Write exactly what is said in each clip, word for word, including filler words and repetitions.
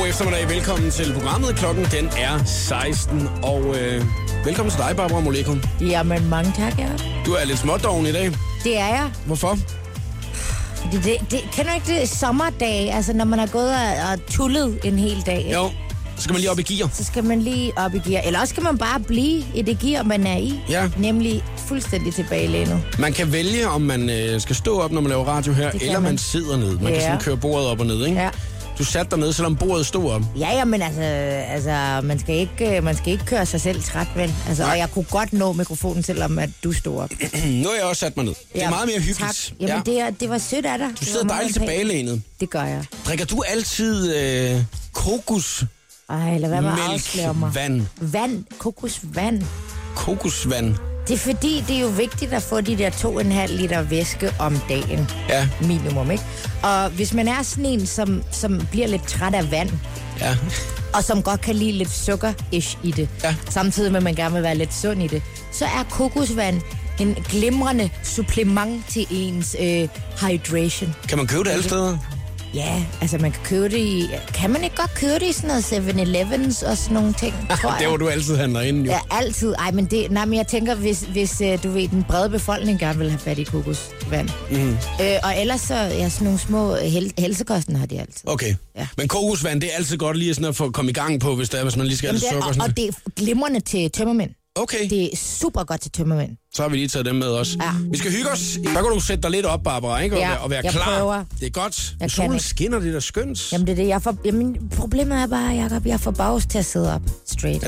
God eftermiddag. Velkommen til programmet. Klokken den er seksten, og øh, velkommen til dig, Barbara Moleko. Jamen, mange tak, ja. Du er lidt smådoven i dag. Det er jeg. Hvorfor? Det, det, det, kender du ikke det sommerdag, altså når man har gået og, og tullet en hel dag? Ikke? Jo, så skal man lige op i gear. Så skal man lige op i gear. Eller også skal man bare blive i det gear, man er i. Ja. Nemlig fuldstændig tilbagelænet. Man kan vælge, om man øh, skal stå op, når man laver radio her, eller man. man sidder ned. Man ja. kan sådan køre bordet op og ned, ikke? Ja. Du satte dig ned, selvom bordet stod op. Ja, ja, men altså, altså man, skal ikke, man skal ikke køre sig selv træt, vel? Altså, og jeg kunne godt nå mikrofonen, selvom at du stod op. Nu har jeg også sat mig ned. Det er ja, meget mere hyggeligt. Tak. Jamen, ja. det, er, det var sødt af dig. Du sidder dejligt tilbagelænet. Det gør jeg. Drikker du altid øh, kokos? Ej, lad være med at afsløre mig. Vand. Vand. Kokosvand. Kokosvand. Det er fordi, det er jo vigtigt at få de der to og en halv liter væske om dagen. Ja. Minimum, ikke? Og hvis man er sådan en, som, som bliver lidt træt af vand, ja. og som godt kan lide lidt sukker-ish i det, ja. samtidig med, at man gerne vil være lidt sund i det, så er kokosvand en glimrende supplement til ens øh, hydration. Kan man købe det alle steder? Ja, altså man kan købe det i... Kan man ikke godt købe det i sådan noget seven elevens og sådan nogle ting, tror jeg? Det var du altid handler ind, jo. Ja, altid. Ej, men det... Nej, men jeg tænker, hvis, hvis du ved, den brede befolkning gerne vil have fat i kokosvand. Mm. Øh, og ellers så, ja, sådan nogle små hel- helsekosten har de altid. Okay. Ja. Men kokosvand, det er altid godt lige sådan at få komme i gang på, hvis, der, hvis man lige skal have lidt sukker. Og, og det er glimrende til tømmermænd. Okay. Det er super godt til tømmermænd. Så har vi lige taget dem med også. Ja. Vi skal hygge os. Så kan du sætte dig lidt op, Barbara, ikke? Og, ja, være, og være jeg klar. Prøver. Det er godt. Jeg solen skinner, det er da skønt. Jamen, det er det. Jeg får, jamen, problemet er bare, Jacob, jeg får bags til at sidde op straight.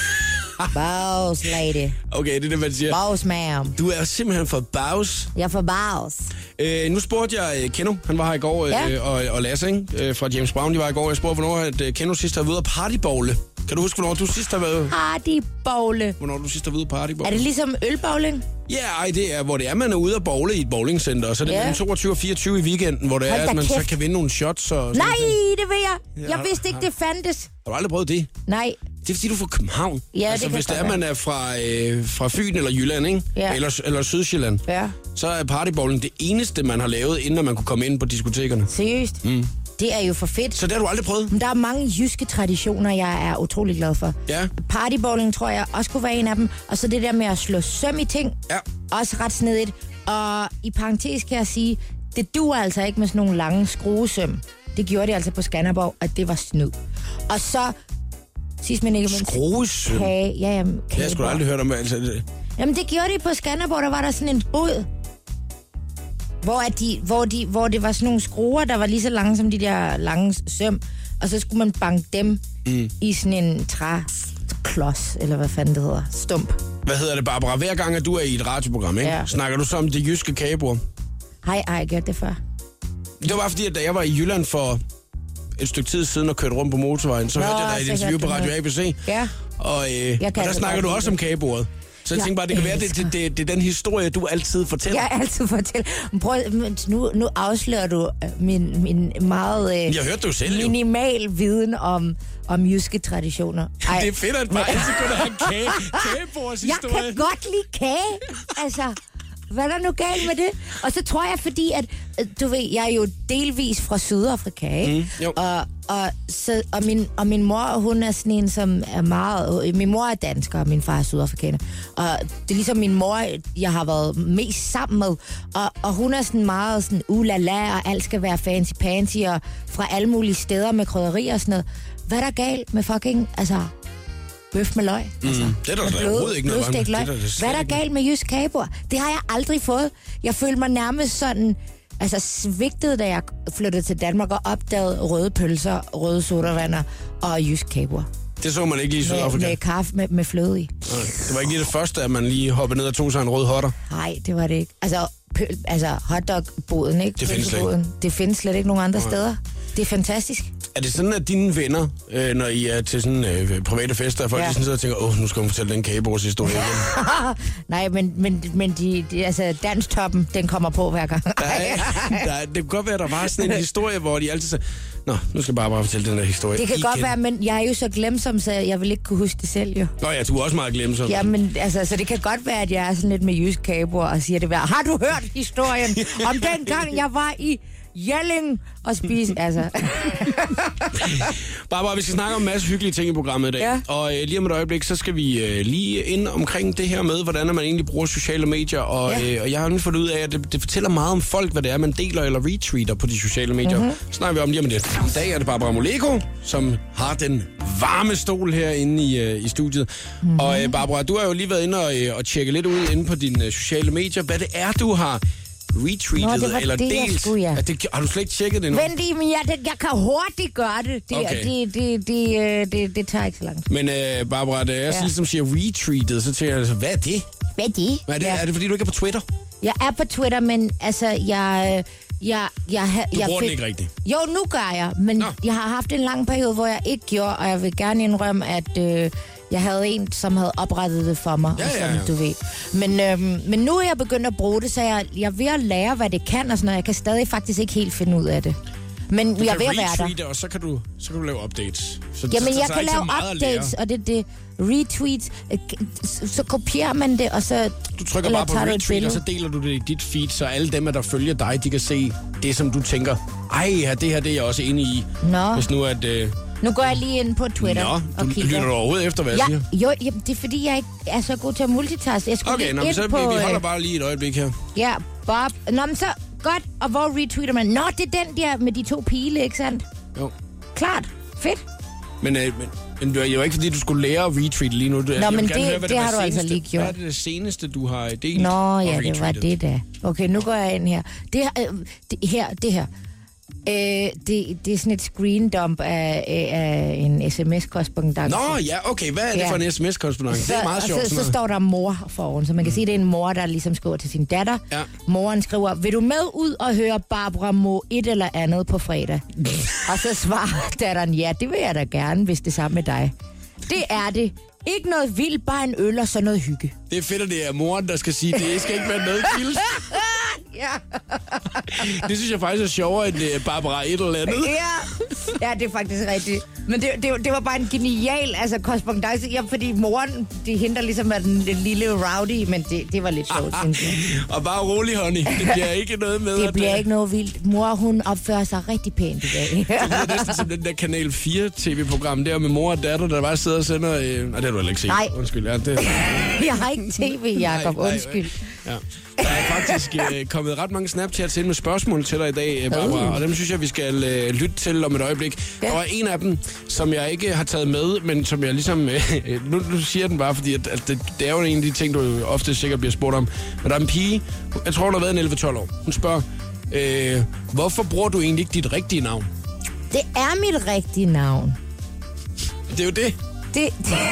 Bags, lady. Okay, det er det, man siger. Bags, ma'am. Du er simpelthen for bags. Jeg får bags. Øh, nu spurgte jeg Keno, han var her i går, ja. øh, og, og Lasse, ikke? Øh, fra James Brown, de var i går. Jeg spurgte, hvornår at, uh, Keno sidst har været ude at partybowle. Kan du huske, hvornår du sidst har været... Partybowle. Hvornår du sidst har været ude at partybowle? Er det ligesom ølbowling? Ja, ej, det er, hvor det er, man er ude at bowle i et bowlingcenter, og så er det ja. mellem toogtyve og fireogtyve i weekenden, hvor det Hold er, at man kæft. så kan vinde nogle shots. Og Nej, det ved jeg. Ja, Jeg vidste ikke, det fandtes. Har du aldrig prøvet det? Nej. Det er fordi, du er fra København. Ja, altså, det hvis det er, være. man er fra, øh, fra Fyn eller Jylland, ikke? Ja. Eller, eller Sydsjælland, ja. så er partybowling det eneste, man har lavet, inden man kunne komme ind på diskotekerne. Seriøst? Mm. Det er jo for fedt. Så det har du aldrig prøvet? Men der er mange jyske traditioner, jeg er utrolig glad for. Ja. Partybowling tror jeg også kunne være en af dem. Og så det der med at slå søm i ting. Ja. Også ret snedigt. Og i parentes kan jeg sige, det duer altså ikke med sådan nogle lange skruesøm. Det gjorde de altså på Skanderborg, og det var snyd. Og så... Sidst, men ikke mindst... Skruesøm? Kage. Ja, jamen, kage. Jeg skulle aldrig hørt om altså, det. Jamen, det gjorde de på Skanderborg. Der var der sådan en båd. Hvor, at de, hvor, de, hvor det var sådan nogle skruer, der var lige så lange som de der lange søm. Og så skulle man banke dem mm. i sådan en træklods, eller hvad fanden det hedder. Stump. Hvad hedder det, Barbara? Hver gang, at du er i et radioprogram, ikke? Ja. Snakker du så om det jyske kagebord? Hej, har jeg gjort det før? Det var bare fordi, at da jeg var i Jylland for et stykke tid siden og kørte rundt på motorvejen, så Nå, hørte jeg dig i et interview på Radio A B C. Ja. Og, øh, og der snakker du også om kagebordet. Så jeg ja, tænkte bare, det kan være, det, det, det, det er den historie, du altid fortæller. Jeg altid fortæller. Prøv, nu, nu afslører du min, min meget øh, jeg hørte det jo selv, minimal jo. viden om, om jyske traditioner. Ej, det er fedt, at bare altid kunne have en kage, kagebordshistorie. Jeg kan godt lide kage. Altså, hvad er der nu galt med det? Og så tror jeg, fordi at, du ved, jeg er jo delvis fra Sydafrika, ikke? Mm, og, og, så, og, min, og min mor, hun er sådan en, som er meget... Min mor er dansker, og min far er sydafrikaner. Og det er ligesom min mor, jeg har været mest sammen med. Og, og hun er sådan meget sådan, ulala, og alt skal være fancy-pansy, og fra alle mulige steder med krydderier og sådan noget. Hvad er der galt med fucking... Altså, bøf med løg. Altså, mm, det er der da overhovedet ikke noget løg. Det er Hvad er der galt med jysk kagebord? Det har jeg aldrig fået. Jeg følte mig nærmest sådan... Altså svigtet, da jeg flyttede til Danmark og opdagede røde pølser, røde sodavander og jysk kagebord. Det så man ikke lige i Sydafrika? Med, med kaffe med, med fløde i. Nej, det var ikke lige det første, at man lige hoppede ned og tog sig en rød hotter? Nej, det var det ikke. Altså, pøl, altså hotdog-boden, ikke? Det findes slet ikke. Det findes slet ikke nogen andre Nej. steder. Det er fantastisk. Er det sådan, at dine venner, øh, når I er til sådan øh, private fester, folk ja. sådan sidder og tænker, åh, nu skal hun fortælle den kagebordshistorie igen? Nej, men, men, men de, de, altså, danstoppen, den kommer på hver gang. Nej, der, det kan godt være, at der var sådan en historie, hvor de altid siger, nå, nu skal jeg bare, bare fortælle den der historie Det kan igen. godt være, men jeg er jo så glemsom, så jeg vil ikke kunne huske det selv, jo. Nå ja, du er også meget glemsom. Ja, men altså, så det kan godt være, at jeg er sådan lidt med jysk kagebord og siger det hver. Har du hørt historien om den gang, jeg var i Jelling og spise, altså. Barbara, vi skal snakke om en masse hyggelige ting i programmet i dag. Ja. Og øh, lige om et øjeblik, så skal vi øh, lige ind omkring det her med, hvordan man egentlig bruger sociale medier. Og, ja. øh, og jeg har nu fundet ud af, at det, det fortæller meget om folk, hvad det er, man deler eller retweeter på de sociale medier. Mm-hmm. Så snakker vi om lige om det. I dag er det Barbara Moleko, som har den varme stol herinde i, øh, i studiet. Mm-hmm. Og øh, Barbara, du har jo lige været inde og, øh, og tjekke lidt ud inde på dine øh, sociale medier, hvad det er, du har retweetet Nå, det eller det, delt. Skulle, ja. det, har du slet ikke tjekket det nu? Vent lige, men jeg, det, jeg kan hurtigt gøre det. Det, okay. det, det, det, det, det, det tager ikke så langt. Men øh, Barbara, da jeg ja. ligesom siger retweetet, så tænker jeg, altså, hvad er det? Hvad er det? Hvad er det? Ja. Er det, fordi du ikke er på Twitter? Jeg er på Twitter, men altså, jeg... Jeg, jeg, du jeg bruger fik... den ikke rigtigt? Jo, nu gør jeg, men Nå. jeg har haft en lang periode, hvor jeg ikke gjorde, og jeg vil gerne indrømme, at øh, jeg havde en, som havde oprettet det for mig, ja, og sådan, ja, ja. du ved. Men, øhm, men nu er jeg begyndt at bruge det, så jeg, jeg er ved at lære, hvad det kan, og sådan noget. Jeg kan stadig faktisk ikke helt finde ud af det. Men du jeg er ved at være der. Og så kan du, så kan du lave updates. Så, Jamen, så, jeg så kan lave updates, og det er det. Retweets, så, så kopierer man det, og så... Du trykker bare på retweet, og så deler du det i dit feed, så alle dem, der følger dig, de kan se det, som du tænker, ej, det her det er jeg også inde i. Nå. Hvis nu at... Øh... Nu går jeg lige ind på Twitter. Nå, du lytter du overhovedet efter, hvad ja, jeg siger? Jo, jamen, det er fordi, jeg ikke er så god til at multitaske. Jeg skulle okay, lige nå, ind så på... vi, vi holder bare lige et øjeblik her. Ja, Bob. Nå, men så godt. Og hvor retweeter man? Nå, det er den der med de to pile, ikke sandt? Jo. Klart. Fedt. Men, øh, men, men det er jo ikke, fordi du skulle lære at retweet lige nu. Nå, jeg men det, høre, det, det har du altså lige gjort. Hvad er det, det seneste, du har delt? Nå, ja, det var det da. Okay, nu går jeg ind her. Det, øh, det her, det her. Øh, det, det er sådan et screen dump af, af en sms-korrespondance. Nå, ja, okay. Hvad er det ja. for en sms-korrespondance? Det er meget sjovt. Så, så står der mor foran, så man kan mm. sige, det er en mor, der ligesom skriver til sin datter. Ja. Moren skriver, vil du med ud og høre Barbara Mo et eller andet på fredag? Og så svarer datteren, ja, det vil jeg da gerne, hvis det er sammen med dig. Det er det. Ikke noget vildt, bare en øl og så noget hygge. Det er fedt, at det er moren, der skal sige, det skal ikke være noget vildt. Ja. Det synes jeg faktisk er sjovere end Barbara et eller andet. Ja, ja det er faktisk rigtigt. Men det, det, det var bare en genial altså, korrespondance. Ja, fordi moren, de henter ligesom af den, den lille rowdy, men det, det var lidt sjovt, synes jeg. Og bare rolig, honey. Det bliver ikke noget med. Det bliver at, ikke noget vildt. Mor, hun opfører sig rigtig pænt i dag. Det er næsten som den der Kanal fire tv-program der med mor og datter, der bare sidder og sender... Øh... Nej, det har du heller ikke set. Nej. Undskyld. Ja, det... Jeg har ikke tv, Jacob. Undskyld. Ja. Der er faktisk øh, kommet ret mange Snapchats ind med spørgsmål til dig i dag, Barbara, uh. og dem synes jeg, vi skal øh, lytte til om et øjeblik. Ja. Og en af dem, som jeg ikke har taget med, men som jeg ligesom... Øh, nu, nu siger den bare, fordi at, at det, det er jo en af de ting, du ofte sikkert bliver spurgt om. Men der er en pige, jeg tror, hun har været en elleve tolv år. Hun spørger, øh, hvorfor bruger du egentlig ikke dit rigtige navn? Det er mit rigtige navn. Det er jo det. Det...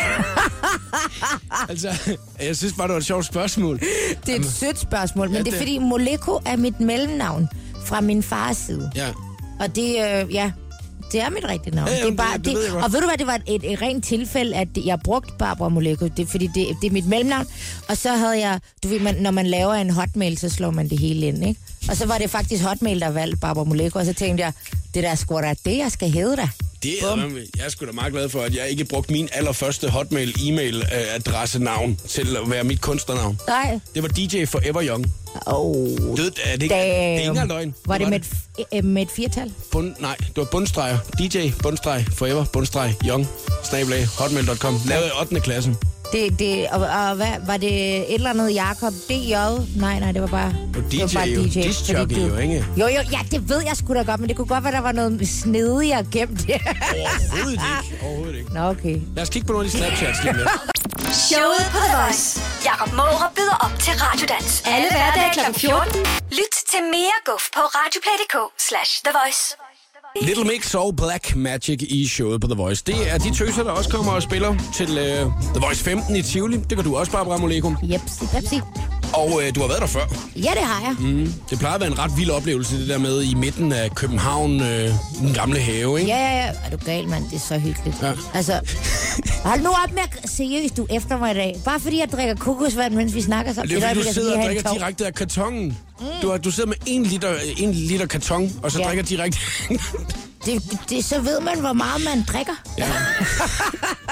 altså, jeg synes bare, det var et sjovt spørgsmål. Det er et Jamen. sødt spørgsmål, men ja, det er det... fordi Moleko er mit mellemnavn fra min fars side. Ja. Og det, øh, ja, det er mit rigtige navn. Ja, det er bare, det, det, det det, og ved du hvad, det var et, et, et rent tilfælde, at jeg brugte Barbara Moleko, det, fordi det, det er mit mellemnavn. Og så havde jeg, du ved, man, når man laver en hotmail, så slår man det hele ind, ikke? Og så var det faktisk Hotmail, der valgte Barbara Moleko, og så tænkte jeg, det der sgu da det, jeg skal hedde dig. Det er, jeg er sgu da meget glad for, at jeg ikke brugte min allerførste Hotmail-e-mail-adresse-navn til at være mit kunstnernavn. Nej. Det var D J Forever Young. Åh, oh, det, er det, ikke, det er ikke engang løgn. Var det, var det med, et, med et firtal? Bund, nej, det var bundstreger. D J, bundstreg, Forever, bundstreg, Young, snabelag, hotmail punktum com. Lavet i ottende klassen. Det, det, og, og hvad, var det et eller andet Jakob D J? Nej, nej, det var bare... Og D J, det var bare D J. Disc-jockey jo, ikke? Jo, jo, ja, det ved jeg sgu da godt, men det kunne godt være, der var noget snedigere gemt. Overhovedet ikke, overhovedet ikke. Nå, okay. Lad os kigge på nogle af de Snapchats lige med. Showet på The Voice. Jakob Måre byder op til Radiodans. Alle hverdage klokken fjorten. Lyt til mere guf på radioplay punktum dk slash The Voice. Little Mix og Black Magic i showet på The Voice. Det er de tøser, der også kommer og spiller til uh, The Voice femten i Tivoli. Det kan du også, Barbara Moleko. Jepsi, pepsi. Og uh, du har været der før. Ja, det har jeg. Mm. Det plejer at være en ret vild oplevelse, det der med i midten af København, uh, den gamle have, ikke? Ja, ja, ja. Er du gal, mand? Det er så hyggeligt. Ja. Altså, hold nu op med at seriøst, du efter mig i dag. Bare fordi jeg drikker kokosvand, mens vi snakker så. Det er fordi, du sidder og drikker direkte af kartongen. Mm. Du, du sidder med en liter, en liter karton, og så ja. drikker direkte... Det, det, så ved man, hvor meget man drikker. Ja.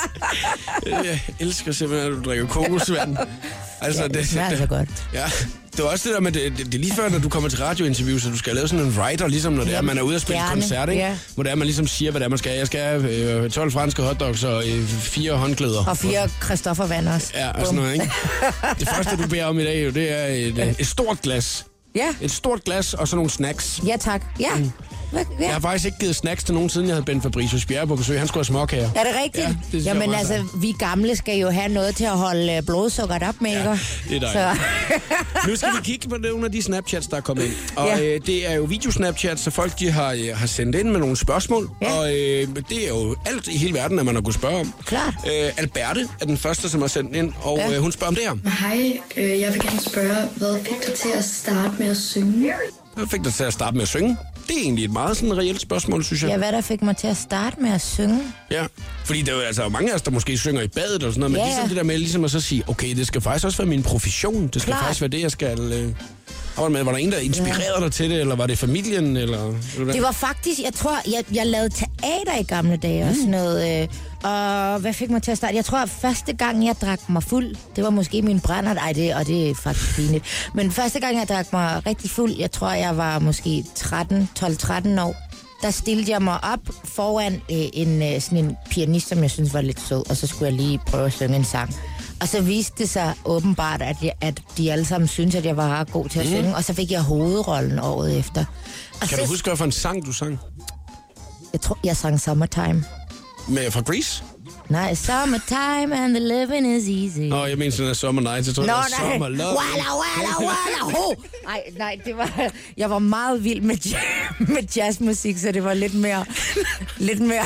Jeg elsker simpelthen, at du drikker kokosvand. Altså, ja, det smager så godt. Ja, det var også det der med, det, det, det er lige før, når du kommer til radiointerview, så du skal lave sådan en writer, ligesom når det er, man er ude at spille gerne. koncert, ikke? Ja. Hvor det er, man ligesom siger, hvad det er, man skal. Jeg skal have øh, tolv franske hotdogs og øh, fire håndklæder. Og fire Christoffer-vand også. Ja, og sådan noget, ikke? Det første, du beder om i dag, jo, det er et, et stort glas. Ja. Et stort glas og så nogle snacks. Ja, tak. Ja. Mm. Ja. Jeg har faktisk ikke givet snacks til nogen, siden jeg havde Ben Fabricius Bjerre på besøg. Han skulle have småkager. Er det rigtigt? Ja, det Jamen altså, vi gamle skal jo have noget til at holde blodsukkeret op med, ikke? Ja, det er dejligt. Nu skal vi kigge på nogle af de Snapchats, der er kommet ind. Og ja. øh, det er jo videosnapchats, så folk de har, øh, har sendt ind med nogle spørgsmål. Ja. Og øh, det er jo alt i hele verden, at man har kunnet spørge om. Klart. Øh, Alberte er den første, som har sendt ind, og ja. øh, hun spørger om det her. Hej, øh, jeg vil gerne spørge, hvad fik dig til at starte med at synge? Hvad fik dig til at starte med at synge? Det er egentlig et meget sådan reelt spørgsmål, synes jeg. Ja, hvad der fik mig til at starte med at synge? Ja, fordi der er jo altså mange af os, der måske synger i badet og sådan noget, men ja, ligesom det der med ligesom at så sige, okay, det skal faktisk også være min profession, det skal Klar. faktisk være det, jeg skal... Øh, med. Var der en, der inspirerede ja. dig til det, eller var det familien, eller... Det var faktisk, jeg tror, jeg, jeg lavede teater i gamle dage og sådan noget, øh, og hvad fik mig til at starte? Jeg tror, at første gang, jeg drak mig fuld, det var måske min brændert, ej, det, og det er faktisk pinligt, men første gang, jeg drak mig rigtig fuld, jeg tror, jeg var måske tretten, tolv tretten år, der stillede jeg mig op foran øh, en, øh, sådan en pianist, som jeg synes var lidt sød, og så skulle jeg lige prøve at synge en sang. Og så viste det sig åbenbart, at, jeg, at de alle sammen syntes, at jeg var god til at mm. synge, og så fik jeg hovedrollen året efter. Og kan så, du huske, hvad for en sang du sang? Jeg tror, jeg sang Summertime. Med fra Grease? Nej, Summertime and the living is easy. Nå, jeg mener sådan, at Summer Night, så tror Nå, jeg, nej. Summer Love. Walla, walla, walla, ho! Nej, nej, det var... Jeg var meget vild med, med jazzmusik, så det var lidt mere... lidt mere...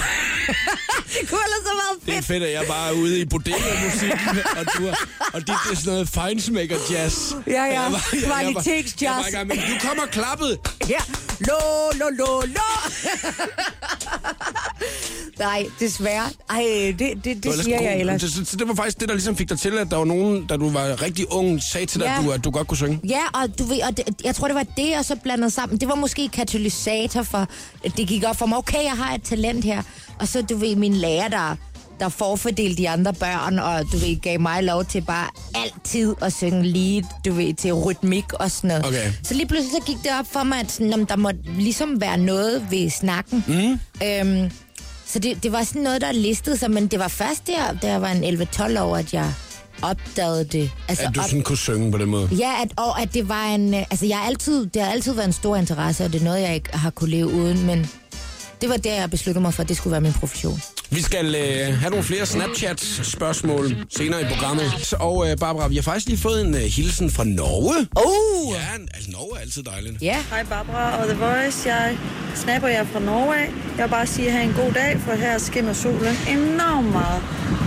det kunne ellers have været fedt. Det er fedt, at jeg bare er ude i bodega-musikken, og, du er, og det er sådan noget feinsmaker-jazz. Ja, ja. Kvalitetsjazz. Jeg var i gang med, du kommer klappet! Ja. Lo, lo, lo, lo! Nej, desværre. Ej, det, det, det, det siger jeg ellers. Så, så det var faktisk det, der ligesom fik dig til, at der var nogen, da du var rigtig ung, sagde til dig, ja. at, du, at du godt kunne synge. Ja, og, du ved, og det, jeg tror, det var det, og så blandet sammen. Det var måske katalysator for, det gik op for mig, okay, jeg har et talent her. Og så, du ved, min lærer, der, der forfordelte de andre børn, og du ved, gav mig lov til bare altid at synge lige, du ved, til rytmik og sådan noget. Okay. Så lige pludselig så gik det op for mig, at sådan, om der må ligesom være noget ved snakken. Mm. Øhm, Så det, det var sådan noget, der listede sig, men det var først der, da jeg var en elleve tolv år, at jeg opdagede det. Altså, at du op... sådan kunne synge på den måde? Ja, at, og at det var en... Altså, jeg har altid, det har altid været en stor interesse, og det er noget, jeg ikke har kunne leve uden, men det var der, jeg besluttede mig for, at det skulle være min profession. Vi skal øh, have nogle flere Snapchat-spørgsmål senere i programmet. Og øh, Barbara, vi har faktisk lige fået en øh, hilsen fra Norge. Oh! Ja, altså, Norge er altid dejligt. Ja. Hej Barbara og The Voice. Jeg snapper jer fra Norge af. Jeg vil bare sige, at have en god dag, for her skinner solen enormt meget.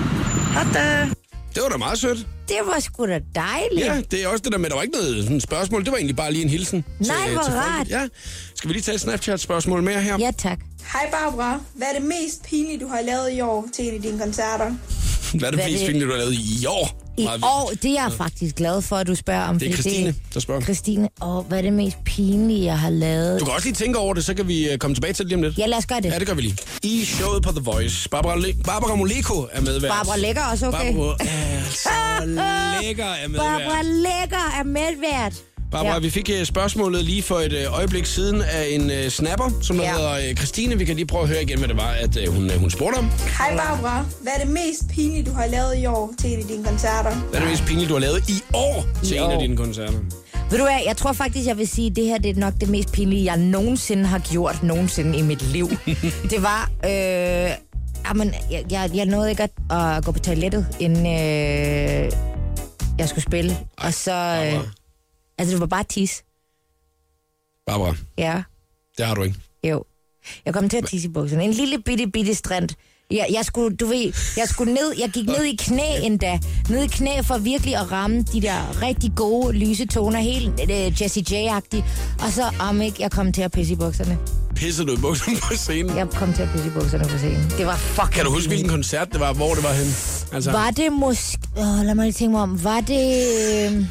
Hej da! Det var da meget sødt. Det var sgu da dejligt. Ja, det er også det der med, der var ikke noget sådan spørgsmål. Det var egentlig bare lige en hilsen. Nej, til, hvor til rart. Ja. Skal vi lige tage et Snapchat-spørgsmål mere her? Ja, tak. Hej Barbara. Hvad er det mest pinlige, du har lavet i år til en af dine koncerter? Hvad er det mest pinlige, du har lavet i år? I Meget år, det er jeg faktisk glad for, at du spørger om. Det er Christine, der spørger. Christine, og hvad er det mest pinlige, jeg har lavet? Du kan også lige tænke over det, så kan vi komme tilbage til det lige om lidt. Ja, lad os gøre det. Ja, det gør vi lige. I showet på The Voice. Barbara, Le- Barbara Moleko er medvært. Barbara Lækker også, okay? Barbara altså, Lækker er medvært. Barbara Lækker er medvært. Barbara, ja. Vi fik uh, spørgsmålet lige for et uh, øjeblik siden af en uh, snapper, som ja. hedder uh, Christine. Vi kan lige prøve at høre igen, hvad det var, at uh, hun, uh, hun spurgte om. Hej Barbara. Hvad er det mest pinlige, du har lavet i år til en af dine koncerter? Hvad er det mest pinlige, du har lavet i år til I en år. af dine koncerter? Ved du hvad, jeg tror faktisk, jeg vil sige, at det her det er nok det mest pinlige, jeg nogensinde har gjort nogensinde i mit liv. Det var... Øh, jamen, jeg, jeg, jeg nåede ikke at, at gå på toilettet, inden øh, jeg skulle spille. Ej, og så... Øh, altså, det var bare tis. Barbara. Ja. Det har du ikke. Jo. Jeg kom til at tisse i bukserne. En lille bitte, bitte strand. Jeg, jeg skulle, du ved, jeg skulle ned, jeg gik ned i knæ endda. Ned i knæ for virkelig at ramme de der rigtig gode lyse toner, helt uh, Jessie J-agtig. Og så om ikke, jeg kom til at pisse i bukserne. Pissede du i bukserne på scenen? Jeg kom til at pisse i bukserne på scenen. Det var fucking... Kan du huske, hvilken koncert det var, hvor det var henne? Altså... Var det måske... Åh, lad mig lige tænke mig om. Var det...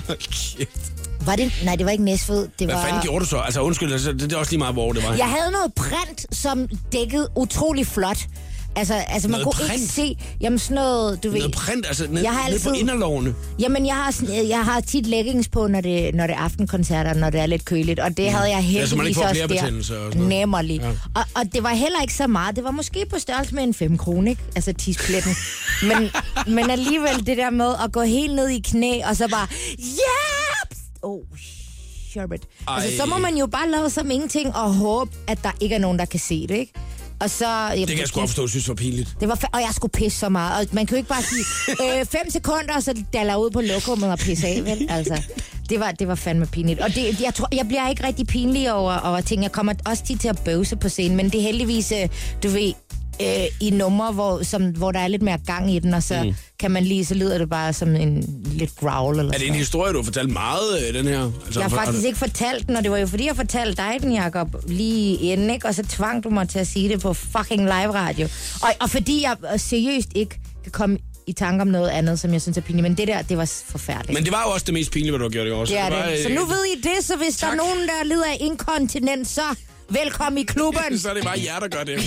Var det... Nej, det var ikke Næstved. Det Hvad var... fanden gjorde du så? Altså undskyld, altså, det er også lige meget, hvor det var. Jeg havde noget print, som dækkede utrolig flot. Altså, altså man Noget kunne print? ikke se... Jamen sådan noget, du ved... Noget print, altså ned, Jeg har ned på altid- inderlovene. Jamen, jeg har, sådan- jeg har tit leggings på, når det, når det er aftenkoncerter, når det er lidt køligt. Og det havde jeg Ja, så man heldigvis ikke får også blærebetændelse og der. sådan noget. Nemmerlig. Ja. Og, og det var heller ikke så meget. Det var måske på størrelse med en fem kroner, ikke? Altså tispletten. men, men alligevel det der med at gå helt ned i knæ, og så bare... Yeah! Oh, sherbet. Altså, så må man jo bare lave som ingenting og håbe, at der ikke er nogen, der kan se det, ikke? Og så... Det kan jeg sgu godt forstå, synes var pinligt. Det var fa- og jeg skulle pisse så meget. Og man kan jo ikke bare sige øh, fem sekunder, og så daller ud på lokummet og pisse af, vel? Altså, det var, det var fandme pinligt. Og det, jeg, tror, jeg bliver ikke rigtig pinlig over, over ting. Jeg kommer også tit til at bøvse på scenen, men det er heldigvis, øh, du ved, øh, i numre, hvor, som, hvor der er lidt mere gang i den, og så mm. kan man lige, så lyder det bare som en lidt growl. Eller Er det en historie, du har fortalt meget, den her? Altså, jeg har faktisk ikke fortalt den, og det var jo fordi, jeg fortalte dig den, Jacob, lige inden, ikke? Og så tvang du mig til at sige det på fucking live-radio. Og, og fordi jeg seriøst ikke kan komme i tanke om noget andet, som jeg synes er pinligt. Men det der, det var forfærdeligt. Men det var jo også det mest pinlige, hvad du har gjort i år. Det er var, det. Så nu ved I det, så hvis tak. Der er nogen, der lider af inkontinens, så velkommen i klubben. Så er det bare jer, der gør det.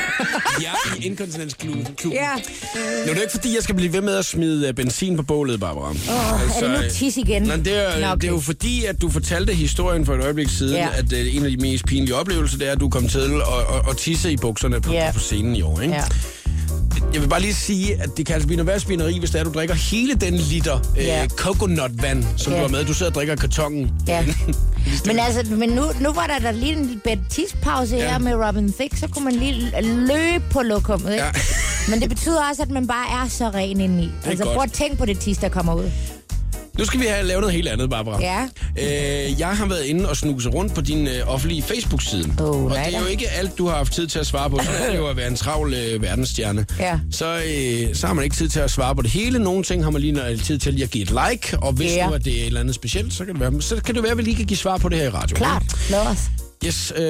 Jer i inkontinensklubben. Ja. Nu er det ikke, fordi jeg skal blive ved med at smide benzin på bålet, Barbara. Åh, altså, er det nu tis igen? Nej, det er, Nå, okay. det er jo fordi, at du fortalte historien for et øjeblik siden, ja. at uh, en af de mest pinlige oplevelser, det er, at du kom til at, at, at tisse i bukserne på, ja. på scenen i år, ikke? Ja. Jeg vil bare lige sige, at det kan altså blive noget værd spineri, hvis det er, at du drikker hele den liter ja. øh, coconut-vand, som ja. du har med. Du sidder og drikker kartongen. Ja. men altså, men nu, nu var der, der lige en bedre tidspause ja. her med Robin Thicke, så kunne man lige løbe på lokummet, ikke? Ja. Men det betyder også, at man bare er så ren indeni. Altså, prøv at tænke på det tis, der kommer ud. Nu skal vi have lavet noget helt andet, Barbara. Ja. Øh, jeg har været inde og snuse rundt på din øh, offentlige Facebook-side. Oh, og nej, det er jo ikke alt, du har haft tid til at svare på. Så er det jo at være en travl øh, verdensstjerne. Ja. Så, øh, så har man ikke tid til at svare på det hele. Nogle ting har man lige tid til at give et like. Og hvis ja. nu at det er et eller andet specielt, så kan det være, så kan det være at vi lige kan give svar på det her i radioen. Klart. Lad os. Yes, øh,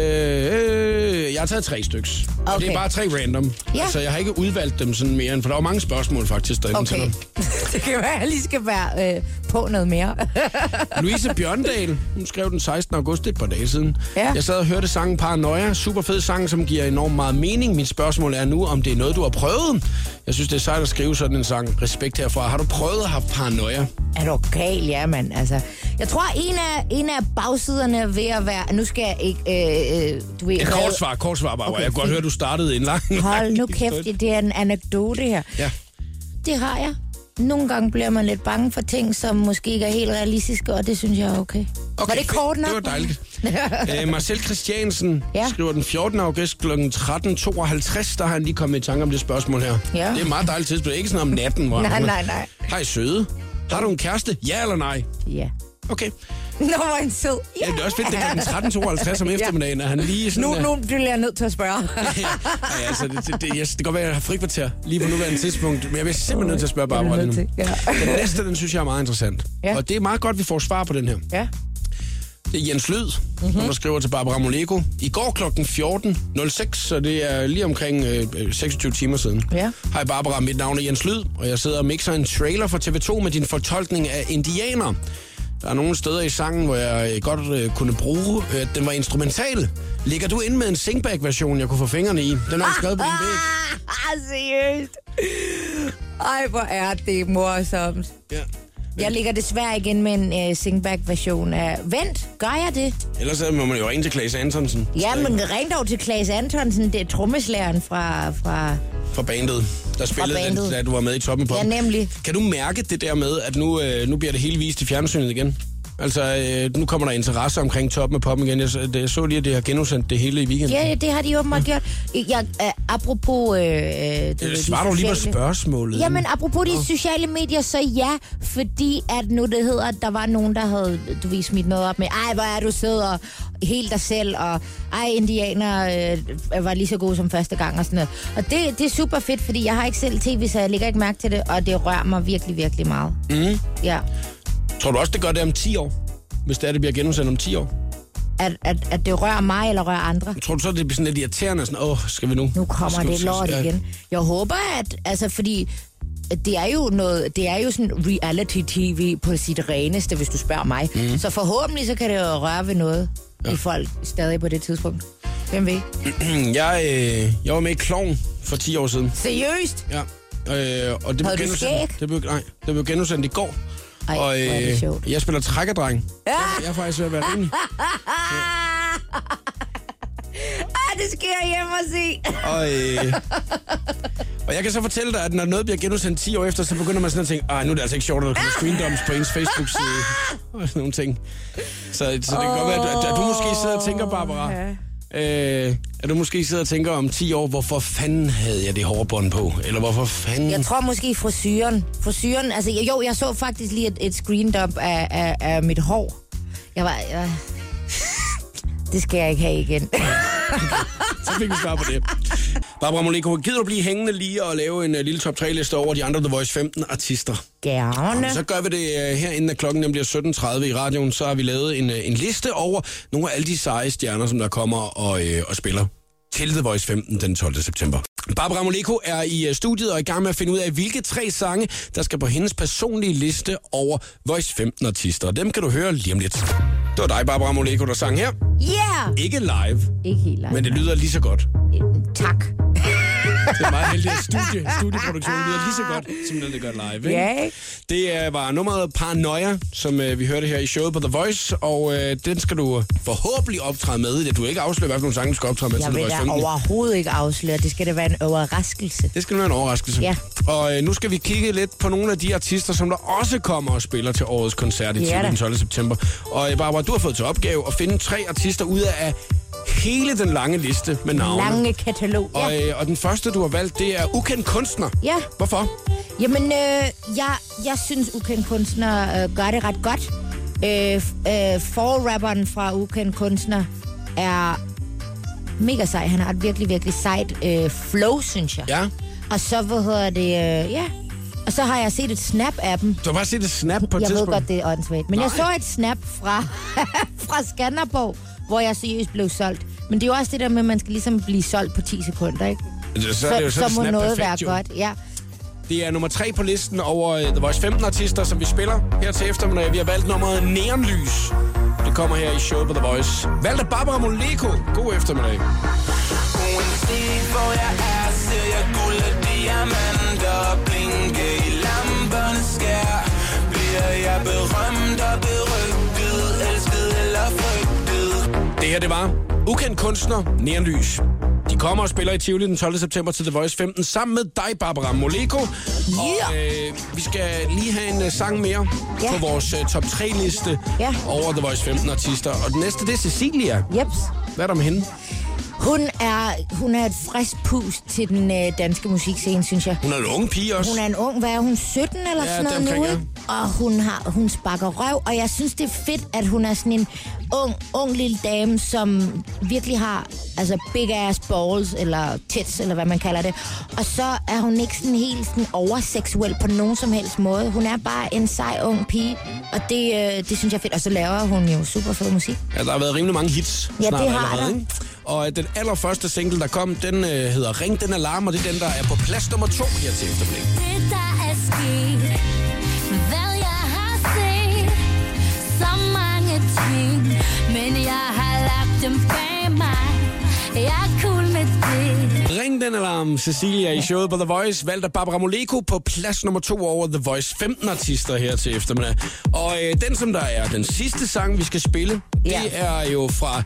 øh, jeg har taget tre styks. Okay. Og det er bare tre random. Ja. Så jeg har ikke udvalgt dem sådan mere, for der var mange spørgsmål faktisk derinde okay. til dig. Det kan være, at jeg lige skal være øh, på noget mere. Louise Bjørndal, hun skrev den sekstende august, det er et par dage siden. Ja. Jeg sad og hørte sangen Paranoia. Super fed sang, som giver enormt meget mening. Mit spørgsmål er nu, om det er noget, du har prøvet. Jeg synes, det er sejt at skrive sådan en sang. Respekt herfra. Har du prøvet at have paranoia? Er du gal? Ja, mand. Altså, jeg tror, en af, en af bagsiderne ved at være... Nu skal jeg ikke... Øh, du ved, et kort svar, kort svar, Barbara. Okay, jeg kan godt høre, du startede en lang... Hold nu kæft, det er en anekdote her. Ja. Det har jeg. Nogle gange bliver man lidt bange for ting, som måske ikke er helt realistiske, og det synes jeg er okay. Okay, var det kort nok? Det var dejligt. Æ, Marcel Christiansen ja. skriver den fjortende august kl. tretten tooghalvtreds, der har han lige kommet i tanke om det spørgsmål her. Ja. Det er et meget dejligt tidspunkt. Det er ikke sådan om natten, hvor nej, nej, nej. Hej søde. Har du en kæreste? Ja eller nej? Ja. Okay. Nå, hvor en sød. Ja, det er også fedt, det er kl. tretten tooghalvtreds om eftermiddagen, at han lige sådan... Nu, nu bliver jeg nødt til at spørge. ja, ja, altså, det, det, det, yes, det kan godt være, at jeg har frikvarter lige på nuværende tidspunkt, men jeg bliver simpelthen nødt til at spørge Barbara lige nu. Ja. Den næste, den synes jeg er meget interessant. Ja. Og det er meget godt, at vi får svar på den her. Ja. Det er Jens Lyd, mm-hmm. der skriver til Barbara Moleko. I går klokken fjorten nul seks, så det er lige omkring øh, seksogtyve timer siden. Ja. Hej Barbara, mit navn er Jens Lyd, og jeg sidder og mixer en trailer for T V to med din fortolkning af Indianer. Der er nogle steder i sangen, hvor jeg godt øh, kunne bruge, at øh, den var instrumental. Ligger du inde med en singback-version, jeg kunne få fingrene i? Den har jeg skrevet på din væg. Ah, seriøst? Ej, hvor er det morsomt. Ja. Jeg ligger desværre igen med en uh, singback-version af... Vent, gør jeg det? Ellers må man jo ringe til Claes Antonsen. Ja, men ring dog til Claes Antonsen. Det er trommeslæren fra... Fra, fra bandet, der spillede bandet. Den, da du var med i Toppen på. Ja, nemlig. Kan du mærke det der med, at nu, øh, nu bliver det hele vist i fjernsynet igen? Altså, øh, nu kommer der interesse omkring Toppen af Poppen igen. Jeg, jeg så lige, at det har genudsendt det hele i weekenden. Ja, det har de åbenbart gjort. Jeg, øh, apropos... Øh, det svarer du lige på spørgsmålet. Jamen, apropos de sociale medier, så ja, fordi at nu det hedder, at der var nogen, der havde, du ved, smidt noget op med, ej, hvor er du sød, og helt dig selv, og ej, indianer øh, var lige så gode som første gang, og sådan noget. Og det, det er super fedt, fordi jeg har ikke selv tv, så jeg lægger ikke mærke til det, og det rører mig virkelig, virkelig meget. Mm. Ja. Tror du også, det gør det om ti år? Hvis det er, det bliver genudsendt om ti år? At, at, at det rører mig, eller rører andre? Tror du så, det bliver sådan lidt irriterende? Sådan, åh, skal vi nu? Nu kommer skal det lort ja. igen. Jeg håber, at... Altså, fordi... Det er jo noget, det er jo sådan reality-tv på sit reneste, hvis du spørger mig. Mm. Så forhåbentlig så kan det jo røre ved noget ja. i folk stadig på det tidspunkt. Hvem ved? jeg, øh, jeg var med i Klovn for ti år siden. Seriøst? Ja. Øh, og det blev genudsendt. Det blev, nej, det blev genudsendt i går. Ej, og øh, jeg spiller trækkerdreng. Ja. Jeg, jeg er faktisk ved at være rimelig. Ah, det skal jeg hjem og se. Og, øh, og jeg kan så fortælle dig, at når noget bliver genudsendt ti år efter, så begynder man sådan at tænke, ej, nu er det altså ikke sjovt, at der kommer screendoms på ens Facebook-side. Og sådan nogle ting. Så, så det kan oh, godt være, at, at du måske sidder og tænker, Barbara, øh, at du måske sidder og tænker om ti år, hvorfor fanden havde jeg det hårbånd på? Eller hvorfor fanden... Jeg tror måske frisyren. Frisyren, altså jo, jeg så faktisk lige et, et screendump af, af, af mit hår. Jeg var... Jeg... Det skal jeg ikke have igen. Så fik vi svar på det. Barbara Moleko, gider du blive hængende lige og lave en uh, lille top tre-liste over de andre The Voice femten artister? Gerne. Og så gør vi det uh, her, inden at klokken bliver sytten tredive i radioen. Så har vi lavet en, uh, en liste over nogle af alle de seje stjerner, som der kommer og, uh, og spiller til The Voice femten den tolvte september. Barbara Moleko er i uh, studiet og er i gang med at finde ud af, hvilke tre sange, der skal på hendes personlige liste over Voice femten artister. Dem kan du høre lige om lidt. Det var dig, Barbara Moleko, der sang her. Yeah! Ikke live. Ikke helt live. Men det lyder lige så godt. Tak. Det er meget heldigt, at studie, studieproduktionen lyder lige så godt, som når det gør live. Ikke? Ja. Det uh, var nummeret Paranoia, som uh, vi hørte her i showet på The Voice, og uh, den skal du forhåbentlig optræde med. Det du ikke afsløre, hvad for nogle sange du skal optræde med jeg til The Voice femten. Jeg vil da overhovedet ikke afsløre. Det skal da være en overraskelse. Det skal være en overraskelse. Ja. Og uh, nu skal vi kigge lidt på nogle af de artister, som der også kommer og spiller til årets koncert i ja, den tolvte september. Og uh, Barbara, du har fået til opgave at finde tre artister ud af hele den lange liste med navne. Lange katalog, ja. Og, øh, og den første, du har valgt, det er Ukendt Kunstner. Ja. Hvorfor? Jamen, øh, jeg, jeg synes, Ukendt Kunstner øh, gør det ret godt. Øh, øh, forrapperen fra Ukendt Kunstner er mega sej. Han har et virkelig, virkelig sejt øh, flow, synes jeg. Ja. Og så, hvad hedder det, øh, ja... Og så har jeg set et snap af dem. Du har bare set et snap på et jeg tidspunkt? Jeg ved godt, det er åndssvagt. Men Nej. jeg så et snap fra, fra Skanderborg, hvor jeg seriøst blev solgt. Men det er jo også det der med, at man skal ligesom blive solgt på ti sekunder, ikke? Så, så, så, er det jo så, så må noget perfekt, være jo. godt, ja. Det er nummer tre på listen over The Voice femten artister, som vi spiller her til eftermiddag. Vi har valgt nummeret Neonlys. Det kommer her i showet på The Voice. Valgt af Barbara Moleko. God eftermiddag. Uanset hvor jeg er, ser jeg guld og diamanter blinke i lampernes skær. Bliver jeg berømt og berygtet, elsket eller frygtet? Det her, det var Ukendt Kunstner, Neonlys. De kommer og spiller i Tivoli den tolvte september til The Voice femten sammen med dig, Barbara Moleko. Yeah. Og øh, vi skal lige have en uh, sang mere yeah. på vores uh, top tre-liste yeah. over The Voice femten artister. Og den næste, det er Cecilia. Jeps. Hvad er der med hende? Hun er, hun er et frisk pust til den øh, danske musikscene, synes jeg. Hun er en ung pige også. Hun er en ung, hvad er hun, sytten eller ja, sådan noget nu, ja. Og hun, har, hun sparker røv, og jeg synes, det er fedt, at hun er sådan en ung, ung lille dame, som virkelig har altså big ass balls, eller tits, eller hvad man kalder det. Og så er hun ikke sådan helt sådan overseksuel på nogen som helst måde. Hun er bare en sej ung pige, og det, øh, det synes jeg er fedt. Og så laver hun jo super fed musik. Ja, der har været rimelig mange hits. Ja, det har allerede, der. Ikke? Og den allerførste single, der kom, den øh, hedder Ring den Alarm, og det er den, der er på plads nummer to her til eftermiddag. Det, der er sket, hvad jeg har set, så mange ting, men jeg har lagt dem bag mig. Jeg er cool med det. Ring den Alarm, Cecilia i showet på The Voice, valgt af Barbara Moleko på plads nummer to over The Voice femten artister her til eftermiddag. Og øh, den, som der er den sidste sang, vi skal spille, ja. det er jo fra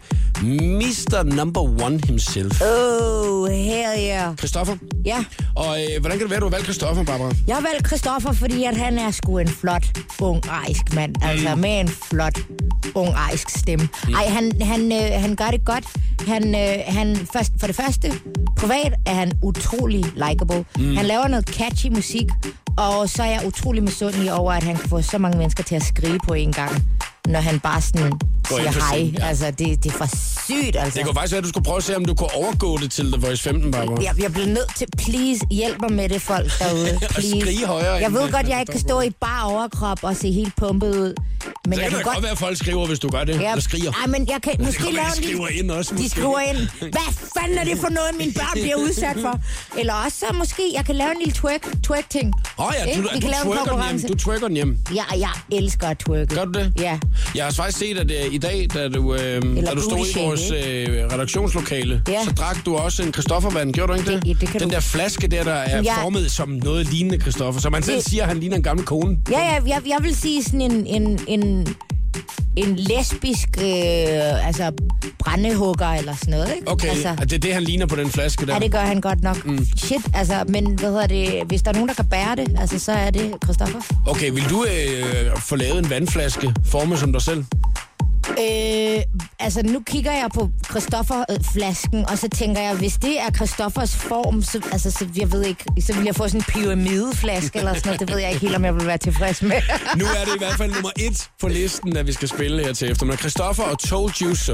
mister Number One himself. Oh, hell yeah. Christoffer. Ja. Og øh, hvordan kan det være, du har valgt Christoffer, Barbara? Jeg har valgt Christoffer, fordi at han er sgu en flot, ung, arisk mand. Altså Mm. med en flot, ung, arisk stemme. Mm. Ej, han, han, øh, han gør det godt. Han, øh, han først, for det første, privat er han utrolig likable. Mm. Han laver noget catchy musik, og så er jeg utrolig misundelig over, at han kan få så mange mennesker til at skrige på en gang, når han bare sådan siger hej. Ja. Altså, det, det er for sygt, altså. Det kunne faktisk være, at du skulle prøve at se, om du kunne overgå det til The Voice femten, Barbara. Jeg, jeg bliver nødt til, please, hjælp mig med det, folk derude. Please. Skrige højere. Jeg ved godt, jeg ikke kan stå i bar overkrop og se helt pumpet ud. Men så jeg kan det godt, godt være, at folk skriver, hvis du gør det. Ja, eller skriger. Nej, men jeg kan det måske lave de skriver ind også. De skriver ind. Hvad fanden er det for noget, mine børn bliver udsat for? Eller også så måske, jeg kan lave en lille twerk, twerk-ting. Åh oh, ja, du, Vi du, kan lave en twerker den hjem. konkurrence. Du twerker den hjem. Ja, jeg elsker at twerke. Gør du det? Ja. Jeg har faktisk set, at uh, i dag, da du, uh, da du stod i vores uh, redaktionslokale, ja. så drak du også en Christoffervand. Gjorde du ikke det? det, det den du... der flaske der, der er ja. formet som noget lignende Christoffer. Så man selv det... siger, at han ligner en gammel kone. Ja, ja, jeg, jeg vil sige sådan en... en, en en lesbisk øh, altså brændehugger eller sådan noget, ikke? Okay, altså, det er det, han ligner på den flaske der. Ja, det gør han godt nok. Mm. Shit, altså, men hvad hedder det, hvis der er nogen, der kan bære det, altså, så er det Christoffer. Okay, vil du øh, få lavet en vandflaske formet som dig selv? Øh, altså, nu kigger jeg på Christoffer-flasken, og så tænker jeg, hvis det er Christoffers form, så, altså, så, jeg ved ikke, så vil jeg få sådan en pyramideflaske eller sådan noget. Det ved jeg ikke helt, om jeg vil være tilfreds med. Nu er det i hvert fald nummer et på listen, at vi skal spille her til eftermiddag. Christoffer og Told You So.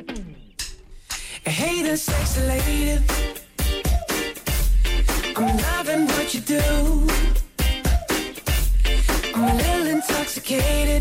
I hate a sexy lady. I'm loving what you do. I'm a little intoxicated.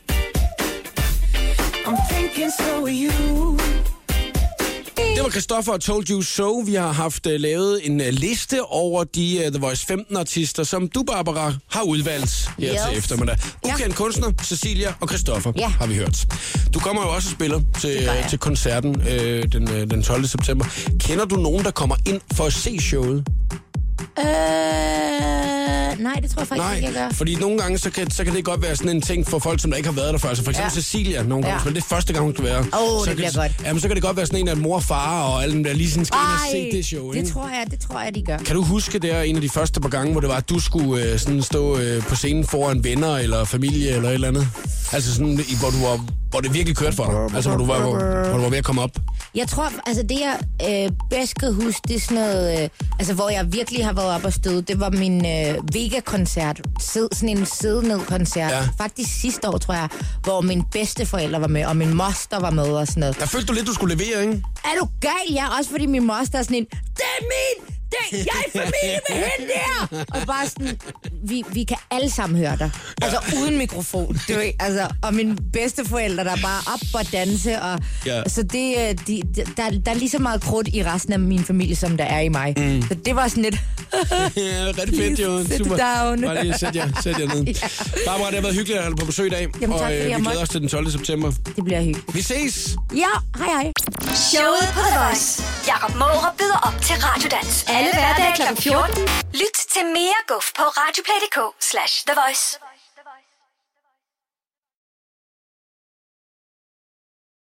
I'm thinking so are you. Det var Christoffer og Told You So. Vi har haft uh, lavet en uh, liste over de uh, The Voice femten artister, som du, Barbara, har udvalgt her yes. til eftermiddag. Ukendt ja. kunstner, Cecilia og Christoffer ja. har vi hørt. Du kommer jo også og spiller til, uh, til koncerten uh, den, uh, den tolvte september. Kender du nogen, der kommer ind for at se showet? Øh, nej, det tror jeg faktisk nej, ikke, jeg gør. Fordi nogle gange, så kan, så kan det godt være sådan en ting for folk, som der ikke har været der før. Altså for eksempel ja. Cecilia, nogle gange, ja. det er første gang, hun skal være. Åh, oh, det bliver kan, godt. Jamen, så kan det godt være sådan en, at mor og far og alle dem der lige sådan skal ind og se det show. det ikke? tror jeg, det tror jeg, de gør. Kan du huske, det er en af de første par gange, hvor det var, at du skulle øh, sådan stå øh, på scenen foran venner eller familie eller et eller andet? Altså sådan, hvor, du var, hvor det virkelig kørte for dig? Altså, hvor du var, hvor, hvor du var ved at komme op? Jeg tror, altså det jeg øh, bedst kan huske, det er sådan noget, øh, altså hvor jeg virkelig har været op og støde, det var min øh, Vega-koncert, Sid, sådan en sidde-ned-koncert, ja. faktisk sidste år, tror jeg, hvor mine bedsteforældre var med, og min moster var med og sådan noget. Der følte du lidt, du skulle levere, ikke? Er du gal? Ja, også fordi min moster er sådan en, det er min! Det, jeg er i familie med hende der! Og bare sådan, vi, vi kan alle sammen høre dig. Altså ja. uden mikrofon, du ved. Altså, og mine bedsteforældre, der er bare op og danse. Og, ja. Så det, de, der, der er lige så meget krudt i resten af min familie, som der er i mig. Mm. Så det var sådan lidt... ja, rigtig fedt, jo. Sit super. down. Bare lige sæt jer, sæt jer ned. ja. Barbara, det har været hyggeligt at have dig på besøg i dag. Jamen, tak, og øh, vi glæder os til den tolvte september. Det bliver hyggeligt. Vi ses! Ja, hej hej. Showet på The Voice. Jakob Mårup byder op til Radiodans. Alle hverdage klokken fjorten. Lyt til mere guf på radioplay punktum dk slash The Voice.